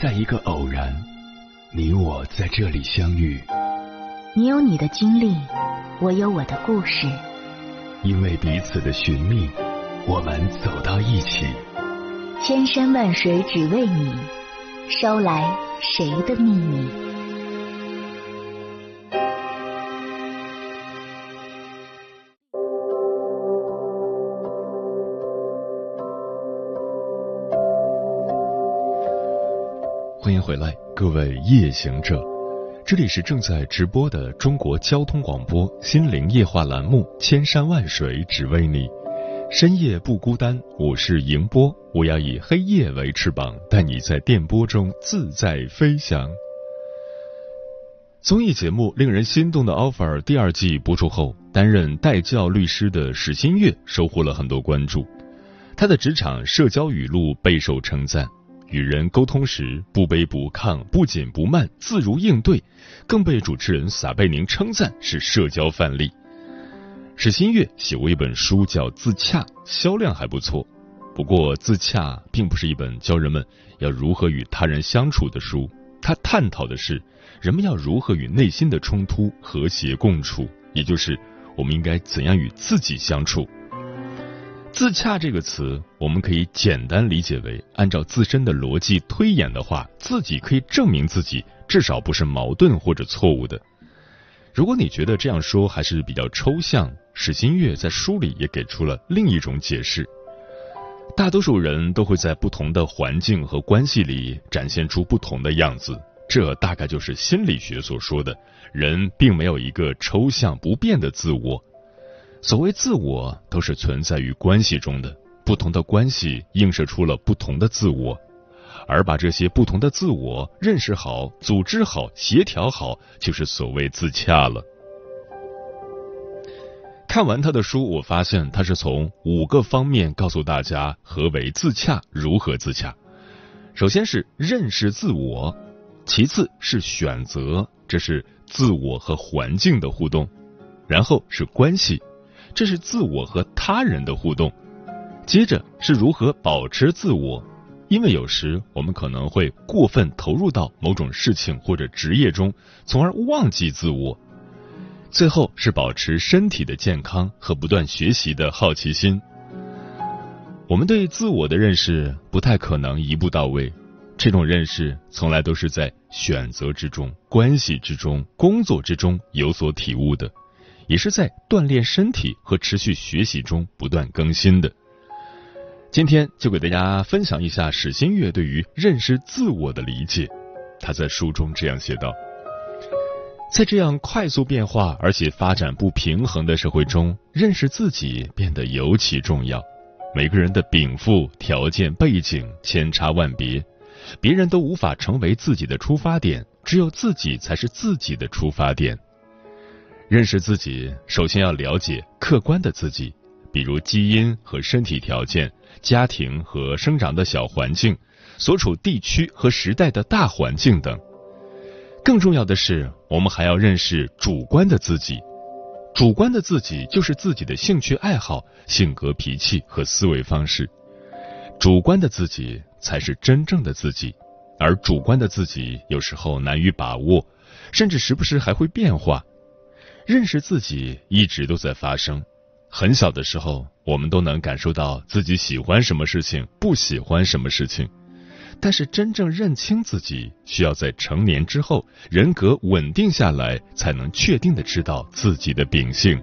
在一个偶然，你我在这里相遇。 你有你的经历，我有我的故事。 因为彼此的寻觅，我们走到一起。 千山万水只为你，捎来谁的秘密？ 欢迎回来，各位夜行者，这里是正在直播的中国交通广播心灵夜话栏目《千山万水只为你》，深夜不孤单，我是迎波，我要以黑夜为翅膀，带你在电波中自在飞翔。综艺节目《令人心动的 offer》第2季播出后，担任代教律师的史新月收获了很多关注，他的职场社交语录备受称赞。与人沟通时不卑不亢，不紧不慢，自如应对，更被主持人撒贝宁称赞是社交范例。史新月写过一本书叫《自洽》，销量还不错。不过《自洽》并不是一本教人们要如何与他人相处的书，它探讨的是人们要如何与内心的冲突和谐共处，也就是我们应该怎样与自己相处。自洽这个词，我们可以简单理解为，按照自身的逻辑推演的话，自己可以证明自己至少不是矛盾或者错误的。如果你觉得这样说还是比较抽象，史新月在书里也给出了另一种解释。大多数人都会在不同的环境和关系里展现出不同的样子，这大概就是心理学所说的，人并没有一个抽象不变的自我。所谓自我，都是存在于关系中的，不同的关系映射出了不同的自我，而把这些不同的自我认识好、组织好、协调好，就是所谓自洽了。看完他的书，我发现他是从5个方面告诉大家何为自洽，如何自洽。首先是认识自我，其次是选择，这是自我和环境的互动，然后是关系，这是自我和他人的互动，接着是如何保持自我，因为有时我们可能会过分投入到某种事情或者职业中，从而忘记自我。最后是保持身体的健康和不断学习的好奇心。我们对自我的认识不太可能一步到位，这种认识从来都是在选择之中、关系之中、工作之中有所体悟的，也是在锻炼身体和持续学习中不断更新的。今天就给大家分享一下史新月对于认识自我的理解。他在书中这样写道：在这样快速变化而且发展不平衡的社会中，认识自己变得尤其重要。每个人的禀赋、条件、背景千差万别，别人都无法成为自己的出发点，只有自己才是自己的出发点。认识自己，首先要了解客观的自己，比如基因和身体条件、家庭和生长的小环境、所处地区和时代的大环境等。更重要的是，我们还要认识主观的自己。主观的自己就是自己的兴趣爱好、性格脾气和思维方式。主观的自己才是真正的自己，而主观的自己有时候难于把握，甚至时不时还会变化。认识自己一直都在发生，很小的时候我们都能感受到自己喜欢什么事情，不喜欢什么事情，但是真正认清自己，需要在成年之后，人格稳定下来，才能确定的知道自己的秉性。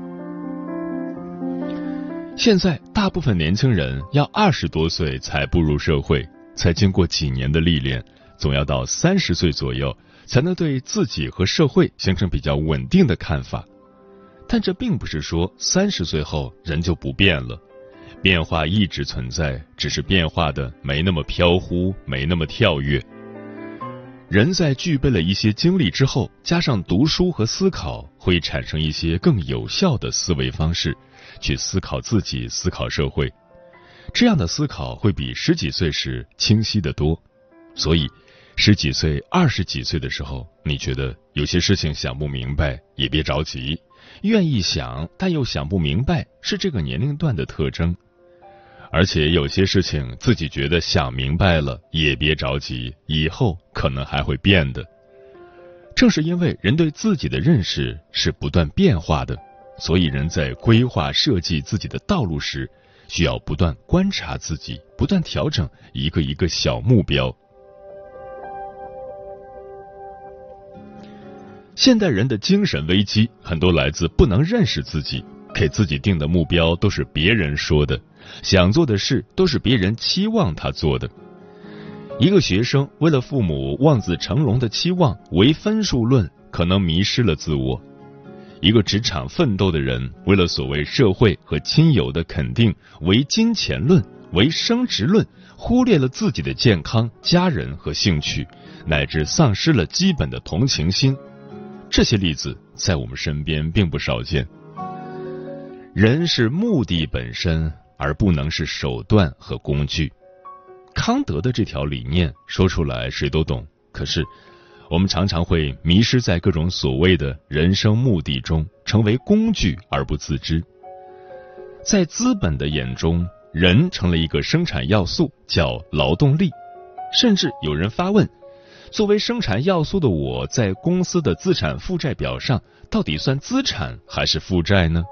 现在大部分年轻人要20多岁才步入社会，才经过几年的历练，总要到30岁左右才能对自己和社会形成比较稳定的看法。但这并不是说30岁后人就不变了，变化一直存在，只是变化的没那么飘忽，没那么跳跃。人在具备了一些经历之后，加上读书和思考，会产生一些更有效的思维方式，去思考自己，思考社会。这样的思考会比10几岁时清晰得多。所以10几岁、20几岁的时候，你觉得有些事情想不明白，也别着急，愿意想但又想不明白，是这个年龄段的特征。 而且有些事情自己觉得想明白了，也别着急，以后可能还会变的。正是因为人对自己的认识是不断变化的，所以人在规划设计自己的道路时，需要不断观察自己，不断调整一个一个小目标。现代人的精神危机很多来自不能认识自己，给自己定的目标都是别人说的，想做的事都是别人期望他做的。一个学生为了父母望子成龙的期望，唯分数论，可能迷失了自我。一个职场奋斗的人，为了所谓社会和亲友的肯定，唯金钱论，唯升职论，忽略了自己的健康、家人和兴趣，乃至丧失了基本的同情心。这些例子在我们身边并不少见。人是目的本身，而不能是手段和工具。康德的这条理念说出来谁都懂，可是我们常常会迷失在各种所谓的人生目的中，成为工具而不自知。在资本的眼中，人成了一个生产要素，叫劳动力。甚至有人发问，作为生产要素的我，在公司的资产负债表上，到底算资产还是负债呢？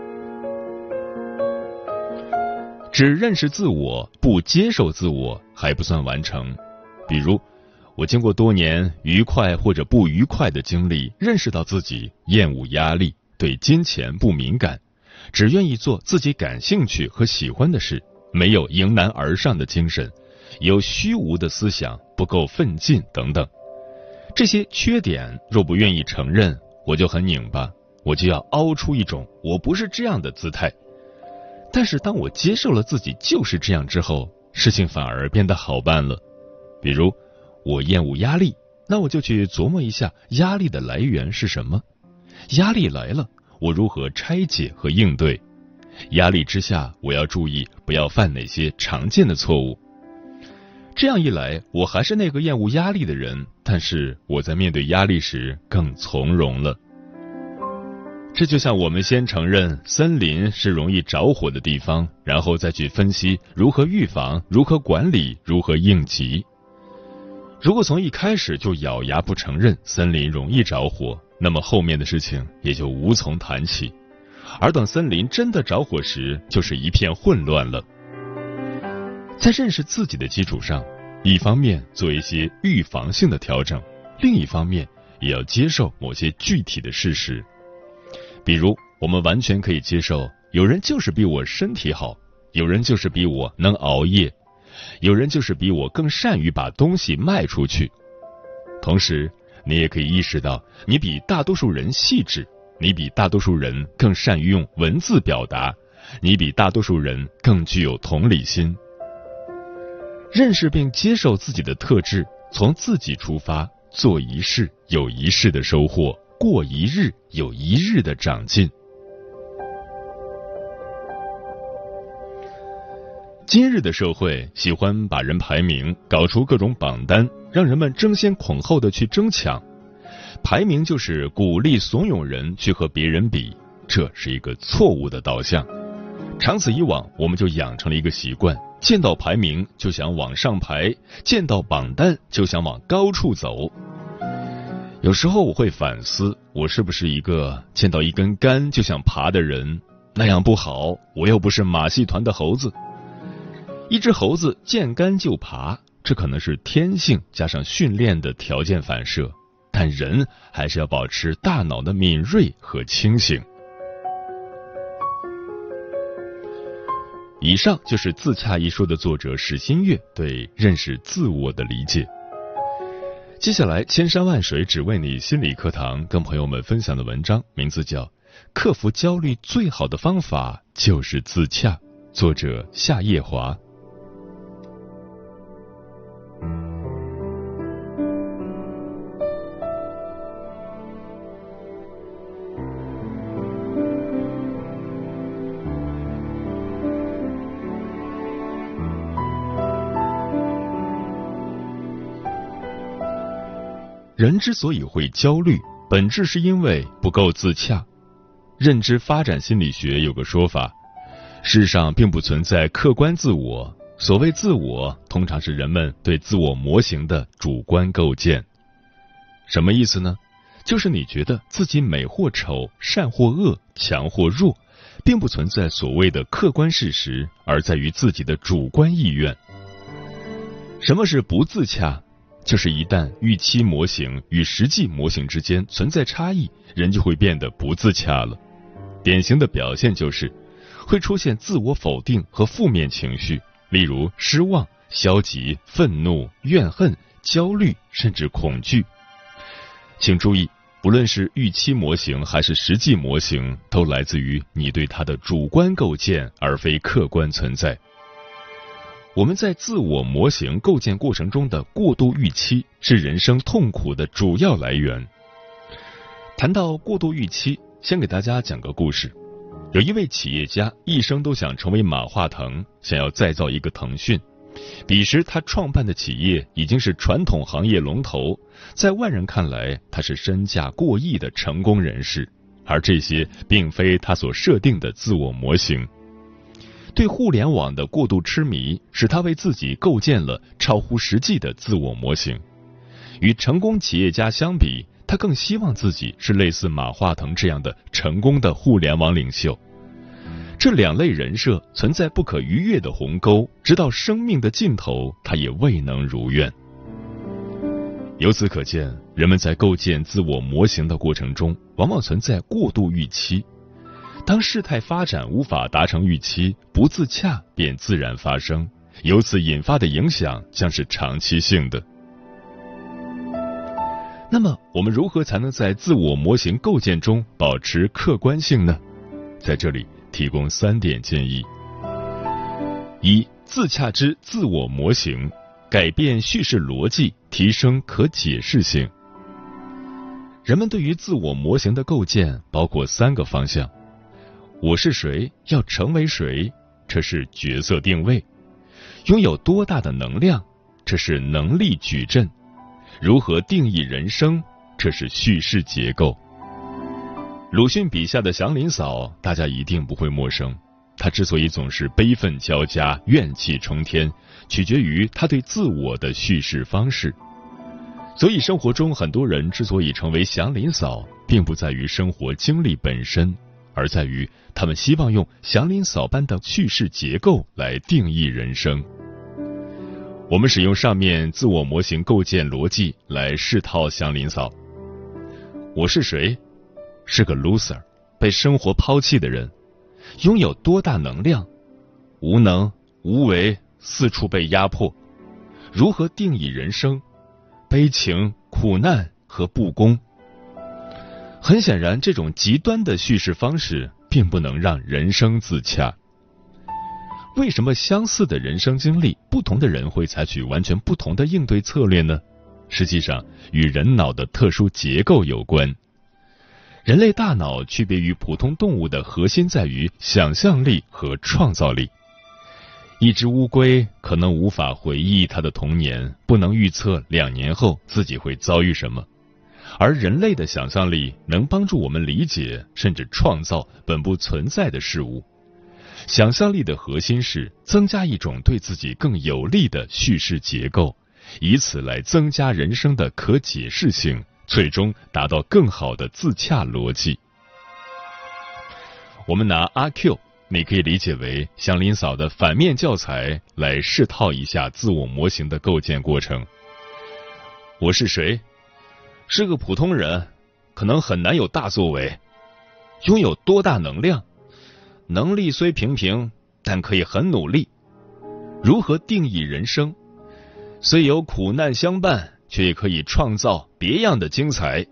只认识自我，不接受自我，还不算完成。比如，我经过多年愉快或者不愉快的经历，认识到自己厌恶压力，对金钱不敏感，只愿意做自己感兴趣和喜欢的事，没有迎难而上的精神，有虚无的思想，不够奋进等等。这些缺点若不愿意承认，我就很拧巴，我就要凹出一种我不是这样的姿态。但是当我接受了自己就是这样之后，事情反而变得好办了。比如我厌恶压力，那我就去琢磨一下压力的来源是什么，压力来了，我如何拆解和应对，压力之下我要注意不要犯哪些常见的错误。这样一来，我还是那个厌恶压力的人，但是我在面对压力时更从容了。这就像我们先承认森林是容易着火的地方，然后再去分析如何预防、如何管理、如何应急。如果从一开始就咬牙不承认森林容易着火，那么后面的事情也就无从谈起。而等森林真的着火时，就是一片混乱了。在认识自己的基础上，一方面做一些预防性的调整，另一方面也要接受某些具体的事实。比如，我们完全可以接受有人就是比我身体好，有人就是比我能熬夜，有人就是比我更善于把东西卖出去。同时，你也可以意识到，你比大多数人细致，你比大多数人更善于用文字表达，你比大多数人更具有同理心。认识并接受自己的特质，从自己出发，做一事有一事的收获，过一日有一日的长进。今日的社会喜欢把人排名，搞出各种榜单，让人们争先恐后的去争抢。排名就是鼓励怂恿人去和别人比，这是一个错误的导向。长此以往，我们就养成了一个习惯，见到排名就想往上排，见到榜单就想往高处走。有时候我会反思，我是不是一个见到一根杆就想爬的人？那样不好，我又不是马戏团的猴子。一只猴子见杆就爬，这可能是天性加上训练的条件反射，但人还是要保持大脑的敏锐和清醒。以上就是《自洽》一书的作者史新月对认识自我的理解。接下来，千山万水只为你心理课堂跟朋友们分享的文章，名字叫《克服焦虑最好的方法就是自洽》，作者夏夜华。人之所以会焦虑，本质是因为不够自洽。认知发展心理学有个说法， 世上并不存在客观自我，所谓自我，通常是人们对自我模型的主观构建。什么意思呢？就是你觉得自己美或丑、善或恶、强或弱，并不存在所谓的客观事实，而在于自己的主观意愿。什么是不自洽？就是一旦预期模型与实际模型之间存在差异，人就会变得不自洽了。典型的表现就是会出现自我否定和负面情绪，例如失望、消极、愤怒、怨恨、焦虑，甚至恐惧。请注意，不论是预期模型还是实际模型，都来自于你对它的主观构建，而非客观存在。我们在自我模型构建过程中的过度预期，是人生痛苦的主要来源。谈到过度预期，先给大家讲个故事。有一位企业家一生都想成为马化腾，想要再造一个腾讯。彼时他创办的企业已经是传统行业龙头，在外人看来他是身价过亿的成功人士，而这些并非他所设定的自我模型。对互联网的过度痴迷，使他为自己构建了超乎实际的自我模型。与成功企业家相比，他更希望自己是类似马化腾这样的成功的互联网领袖。这两类人设存在不可逾越的鸿沟，直到生命的尽头，他也未能如愿。由此可见，人们在构建自我模型的过程中，往往存在过度预期。当事态发展无法达成预期，不自洽便自然发生，由此引发的影响将是长期性的。那么，我们如何才能在自我模型构建中保持客观性呢？在这里提供3点建议：一、自洽之自我模型，改变叙事逻辑，提升可解释性。人们对于自我模型的构建包括3个方向：我是谁，要成为谁，这是角色定位；拥有多大的能量，这是能力矩阵；如何定义人生，这是叙事结构。鲁迅笔下的祥林嫂，大家一定不会陌生。她之所以总是悲愤交加、怨气冲天，取决于她对自我的叙事方式。所以生活中很多人之所以成为祥林嫂，并不在于生活经历本身，而在于他们希望用祥林嫂般的叙事结构来定义人生。我们使用上面自我模型构建逻辑来试套祥林嫂。我是谁？是个 loser， 被生活抛弃的人。拥有多大能量？无能、无为，四处被压迫。如何定义人生？悲情、苦难和不公。很显然，这种极端的叙事方式并不能让人生自洽。为什么相似的人生经历，不同的人会采取完全不同的应对策略呢？实际上，与人脑的特殊结构有关。人类大脑区别于普通动物的核心在于想象力和创造力。一只乌龟可能无法回忆它的童年，不能预测2年后自己会遭遇什么，而人类的想象力能帮助我们理解甚至创造本不存在的事物。想象力的核心是增加一种对自己更有利的叙事结构，以此来增加人生的可解释性，最终达到更好的自洽逻辑。我们拿阿 Q， 你可以理解为祥林嫂的反面教材，来试套一下自我模型的构建过程。我是谁？是个普通人，可能很难有大作为。拥有多大能量？能力虽平平，但可以很努力。如何定义人生？虽有苦难相伴，却也可以创造别样的精彩。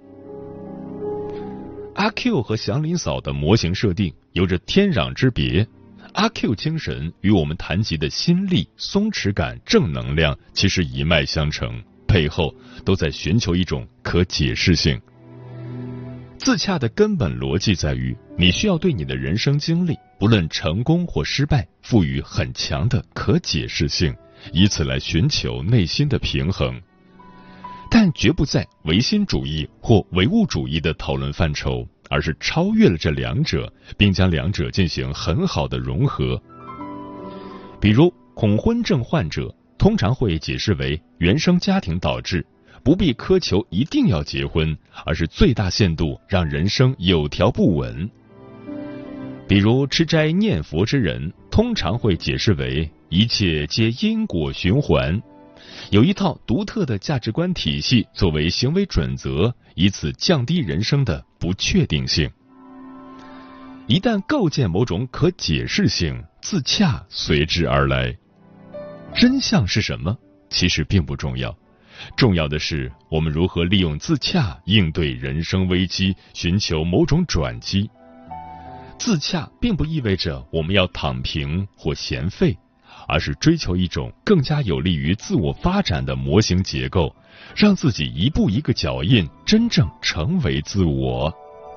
阿 Q 和祥林嫂的模型设定有着天壤之别。阿 Q 精神与我们谈及的心力、松弛感、正能量其实一脉相承，背后都在寻求一种可解释性。自洽的根本逻辑在于，你需要对你的人生经历，不论成功或失败，赋予很强的可解释性，以此来寻求内心的平衡。但绝不在唯心主义或唯物主义的讨论范畴， 而是超越了这两者，并将两者进行很好的融合。比如恐婚症患者通常会解释为原生家庭导致，不必苛求一定要结婚，而是最大限度让人生有条不紊。比如吃斋念佛之人通常会解释为一切皆因果循环，有一套独特的价值观体系作为行为准则，以此降低人生的不确定性。一旦构建某种可解释性，自洽随之而来。真相是什么？其实并不重要，重要的是我们如何利用自洽应对人生危机，寻求某种转机。自洽并不意味着我们要躺平或闲废，而是追求一种更加有利于自我发展的模型结构，让自己一步一个脚印，真正成为自我。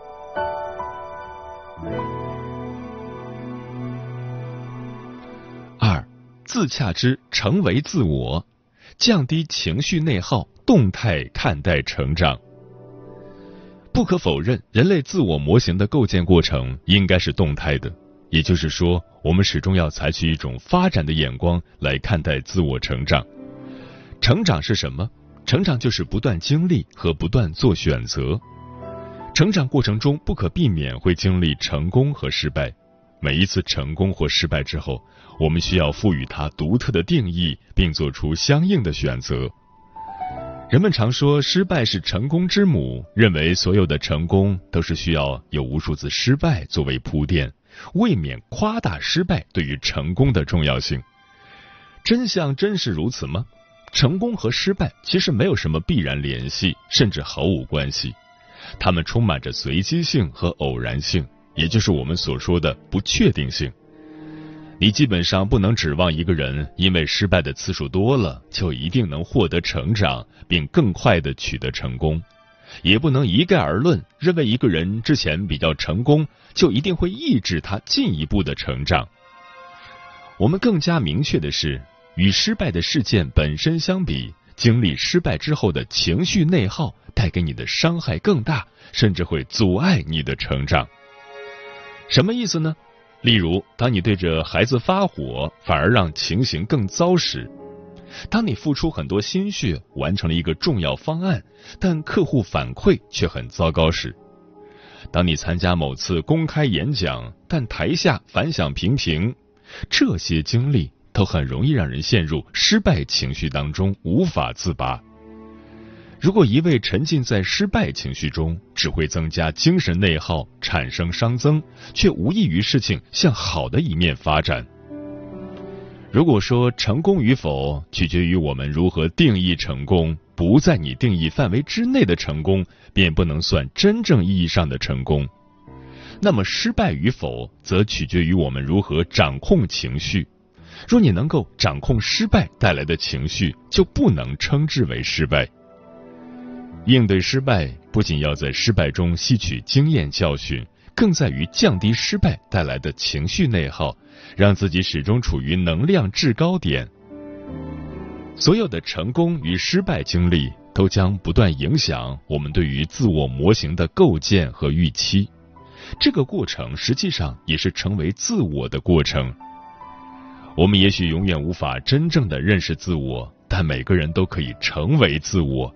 二，自洽之成为自我，降低情绪内耗，动态看待成长。不可否认，人类自我模型的构建过程应该是动态的，也就是说，我们始终要采取一种发展的眼光来看待自我成长。成长是什么？成长就是不断经历和不断做选择。成长过程中不可避免会经历成功和失败，每一次成功或失败之后，我们需要赋予它独特的定义，并做出相应的选择。人们常说失败是成功之母，认为所有的成功都是需要有无数次失败作为铺垫，未免夸大失败对于成功的重要性。真相真是如此吗？成功和失败其实没有什么必然联系，甚至毫无关系。它们充满着随机性和偶然性，也就是我们所说的不确定性。你基本上不能指望一个人因为失败的次数多了，就一定能获得成长，并更快地取得成功。也不能一概而论，认为一个人之前比较成功，就一定会抑制他进一步的成长。我们更加明确的是，与失败的事件本身相比，经历失败之后的情绪内耗带给你的伤害更大，甚至会阻碍你的成长。什么意思呢？例如，当你对着孩子发火，反而让情形更糟时；当你付出很多心血，完成了一个重要方案，但客户反馈却很糟糕时；当你参加某次公开演讲，但台下反响平平，这些经历都很容易让人陷入失败情绪当中，无法自拔。如果一味沉浸在失败情绪中，只会增加精神内耗，产生熵增，却无异于事情向好的一面发展。如果说成功与否取决于我们如何定义成功，不在你定义范围之内的成功，便不能算真正意义上的成功。那么失败与否，则取决于我们如何掌控情绪。若你能够掌控失败带来的情绪，就不能称之为失败。应对失败，不仅要在失败中吸取经验教训，更在于降低失败带来的情绪内耗，让自己始终处于能量制高点。所有的成功与失败经历都将不断影响我们对于自我模型的构建和预期，这个过程实际上也是成为自我的过程。我们也许永远无法真正的认识自我，但每个人都可以成为自我。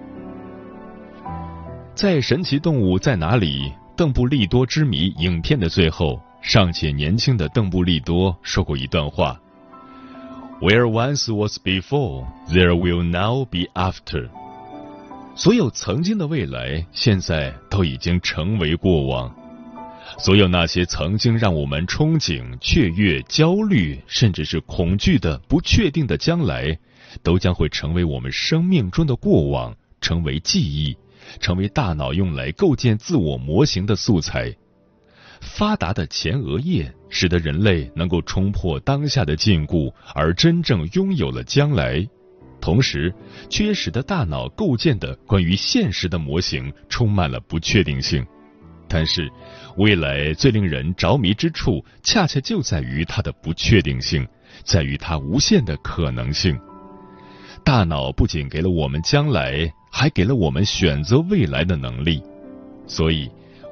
在《神奇动物在哪里？邓布利多之谜》影片的最后，尚且年轻的邓布利多说过一段话 ：Where once was before, there will now be after。 所有曾经的未来，现在都已经成为过往。所有那些曾经让我们憧憬、雀跃、焦虑，甚至是恐惧的不确定的将来，都将会成为我们生命中的过往，成为记忆，成为大脑用来构建自我模型的素材。发达的前额叶使得人类能够冲破当下的禁锢，而真正拥有了将来。同时，却使得大脑构建的关于现实的模型充满了不确定性。但是，未来最令人着迷之处，恰恰就在于它的不确定性，在于它无限的可能性。大脑不仅给了我们将来，还给了我们选择未来的能力。所以，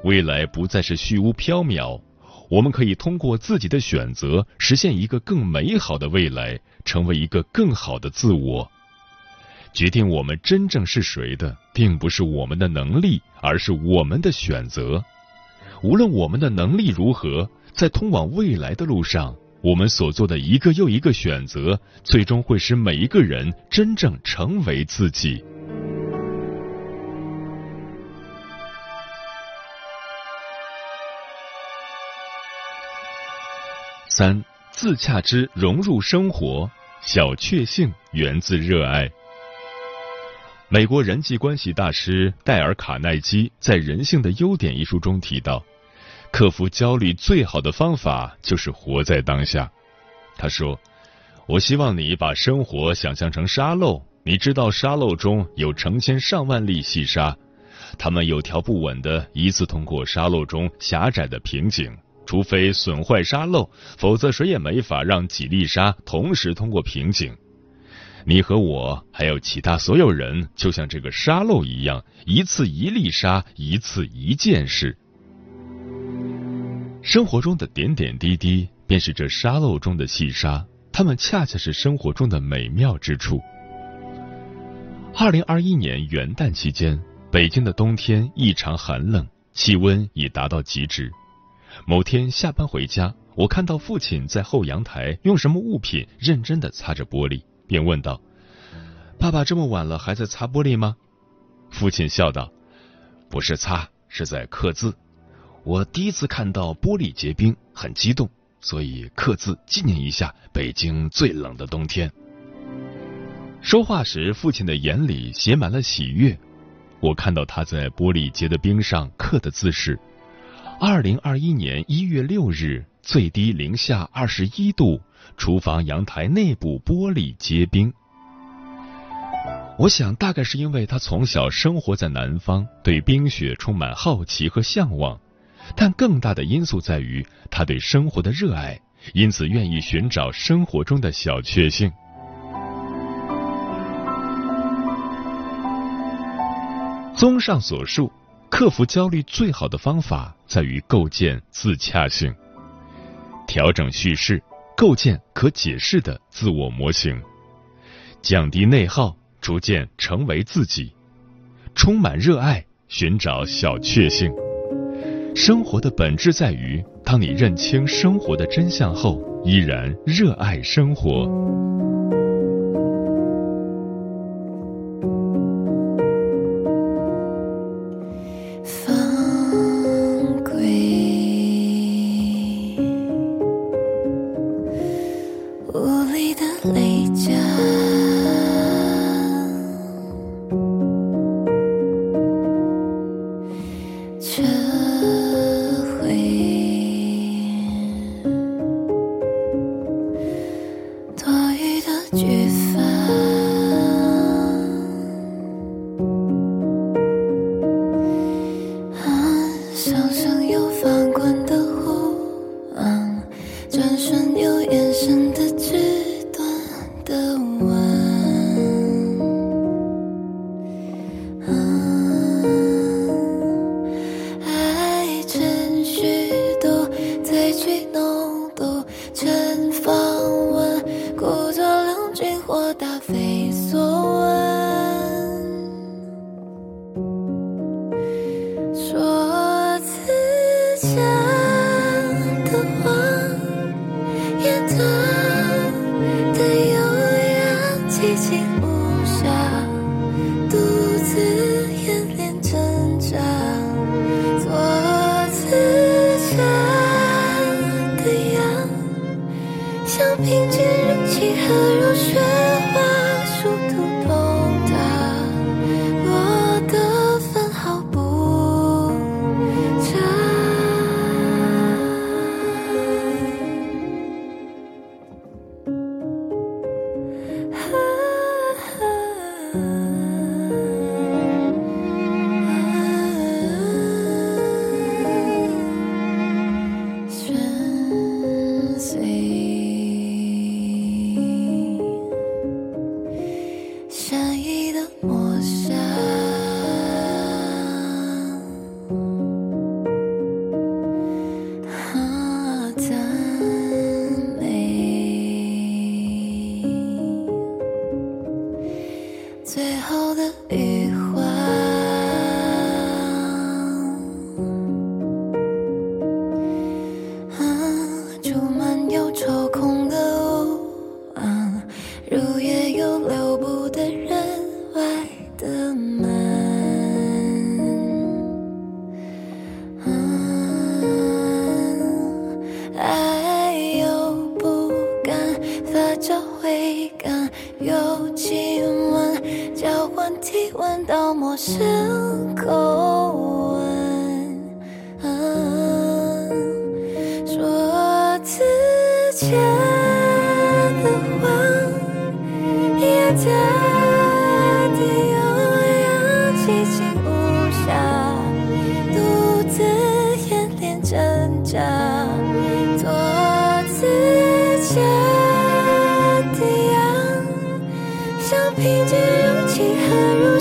未来不再是虚无缥缈，我们可以通过自己的选择，实现一个更美好的未来，成为一个更好的自我。决定我们真正是谁的，并不是我们的能力，而是我们的选择。无论我们的能力如何，在通往未来的路上，我们所做的一个又一个选择，最终会使每一个人真正成为自己。3. 自洽之融入生活，小确幸源自热爱。美国人际关系大师戴尔·卡耐基在《人性的优点》一书中提到，克服焦虑最好的方法就是活在当下。他说，我希望你把生活想象成沙漏，你知道沙漏中有成千上万粒细沙，它们有条不紊地依次通过沙漏中狭窄的瓶颈，除非损坏沙漏，否则谁也没法让几粒沙同时通过瓶颈。你和我还有其他所有人，就像这个沙漏一样，一次一粒沙，一次一件事。生活中的点点滴滴，便是这沙漏中的细沙，它们恰恰是生活中的美妙之处。2021年元旦期间，北京的冬天异常寒冷，气温已达到极致。某天下班回家，我看到父亲在后阳台用什么物品认真地擦着玻璃，便问道：“爸爸这么晚了还在擦玻璃吗？”父亲笑道：“不是擦，是在刻字。我第一次看到玻璃结冰，很激动，所以刻字纪念一下北京最冷的冬天。”说话时，父亲的眼里写满了喜悦。我看到他在玻璃结的冰上刻的字是：2021年1月6日，最低零下21度，厨房阳台内部玻璃结冰。我想大概是因为他从小生活在南方，对冰雪充满好奇和向往，但更大的因素在于他对生活的热爱，因此愿意寻找生活中的小确幸。综上所述，克服焦虑最好的方法在于构建自洽性，调整叙事，构建可解释的自我模型，降低内耗，逐渐成为自己，充满热爱，寻找小确幸。生活的本质在于，当你认清生活的真相后，依然热爱生活。 最后的余欢。住满又抽空的屋暗，入夜又留步的人外的门。爱又不甘，发胶回甘，有亲吻，交换体温到陌生口吻。说之前的话，也大地悠扬，激情无暇，独自演练挣扎，做自家的样，像凭借勇气和